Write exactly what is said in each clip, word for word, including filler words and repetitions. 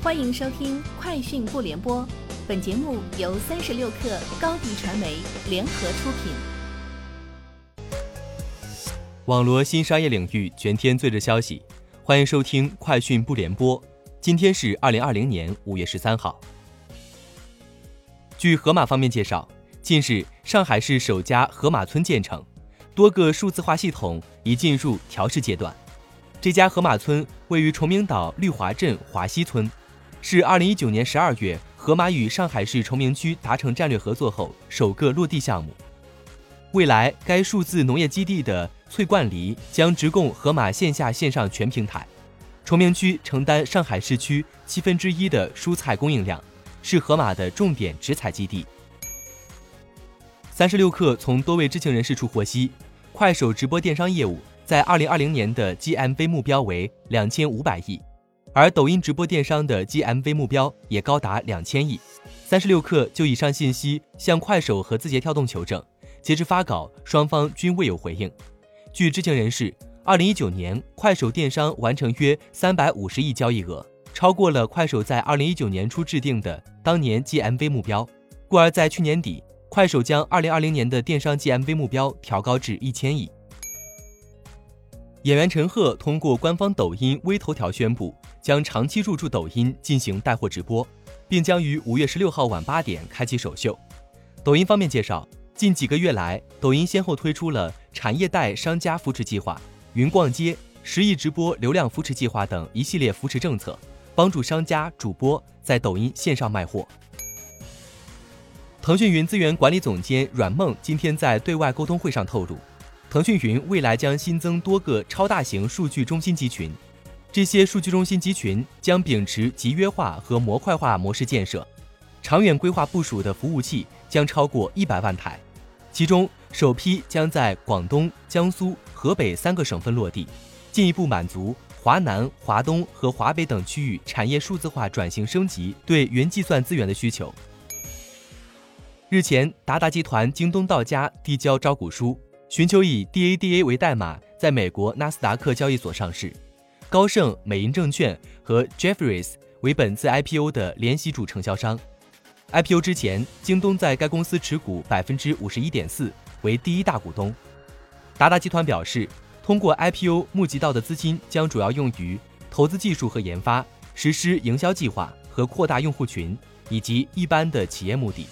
欢迎收听快讯不联播，本节目由三十六克高低传媒联合出品。 网罗新商业领域全天最热消息，欢迎收听快讯不联播。今天是二零二零年五月十三号。据盒马方面介绍，近日上海市首家盒马村建成，多个数字化系统已进入调试阶段。这家盒马村位于崇明岛绿华镇华西村，是二零一九年十二月盒马与上海市崇明区达成战略合作后首个落地项目。未来该数字农业基地的翠冠梨将直供盒马线下线上全平台，崇明区承担上海市区七分之一的蔬菜供应量，是盒马的重点直采基地。三十六氪从多位知情人士处获悉，快手直播电商业务在二零二零年的 G M V 目标为两千五百亿，而抖音直播电商的 G M V 目标也高达两千亿。三十六氪就以上信息向快手和字节跳动求证，截至发稿，双方均未有回应。据知情人士，二零一九年快手电商完成约三百五十亿交易额，超过了快手在二零一九年初制定的当年 G M V 目标，故而在去年底，快手将二零二零年的电商 G M V 目标调高至一千亿。演员陈赫通过官方抖音微头条宣布，将长期入驻抖音进行带货直播，并将于五月十六号晚八点开启首秀。抖音方面介绍，近几个月来，抖音先后推出了产业带商家扶持计划、云逛街、十亿直播流量扶持计划等一系列扶持政策，帮助商家主播在抖音线上卖货。腾讯云资源管理总监阮梦今天在对外沟通会上透露，腾讯云未来将新增多个超大型数据中心集群，这些数据中心集群将秉持集约化和模块化模式建设，长远规划部署的服务器将超过一百万台，其中首批将在广东、江苏、河北三个省份落地，进一步满足华南、华东和华北等区域产业数字化转型升级对云计算资源的需求。日前，达达集团京东到家递交招股书，寻求以 D A D A 为代码在美国纳斯达克交易所上市。高盛、美银证券和 Jefferies 为本次 I P O 的联席主承销商。I P O 之前，京东在该公司持股 百分之五十一点四， 为第一大股东。达达集团表示，通过 I P O 募集到的资金将主要用于投资技术和研发、实施营销计划和扩大用户群，以及一般的企业目的。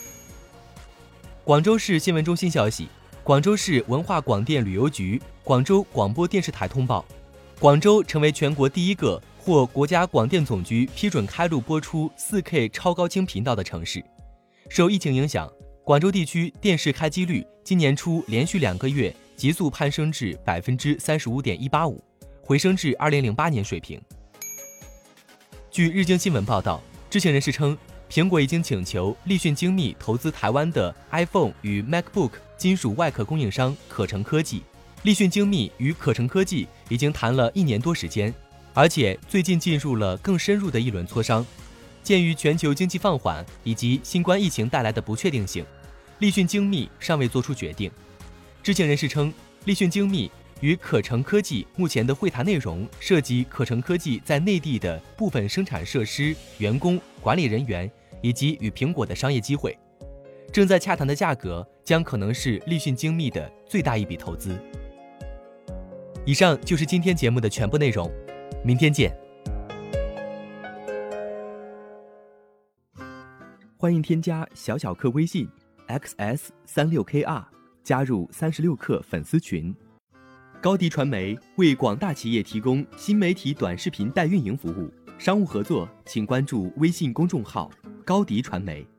广州市新闻中心消息，广州市文化广电旅游局、广州广播电视台通报，广州成为全国第一个获国家广电总局批准开录播出 四K 超高清频道的城市。受疫情影响，广州地区电视开机率今年初连续两个月急速攀升至 百分之三十五点一八五， 回升至二零零八年水平。据日经新闻报道，知情人士称，苹果已经请求立讯精密投资台湾的 iPhone 与 MacBook 金属外壳供应商可成科技。立讯精密与可成科技已经谈了一年多时间，而且最近进入了更深入的一轮磋商。鉴于全球经济放缓以及新冠疫情带来的不确定性，立讯精密尚未做出决定。知情人士称，立讯精密与可成科技目前的会谈内容涉及可成科技在内地的部分生产设施、员工、管理人员以及与苹果的商业机会。正在洽谈的价格将可能是立讯精密的最大一笔投资。以上就是今天节目的全部内容，明天见。欢迎添加小小客微信 X S 三六 K R 加入三十六氪粉丝群。高迪传媒为广大企业提供新媒体短视频代运营服务，商务合作请关注微信公众号高迪传媒。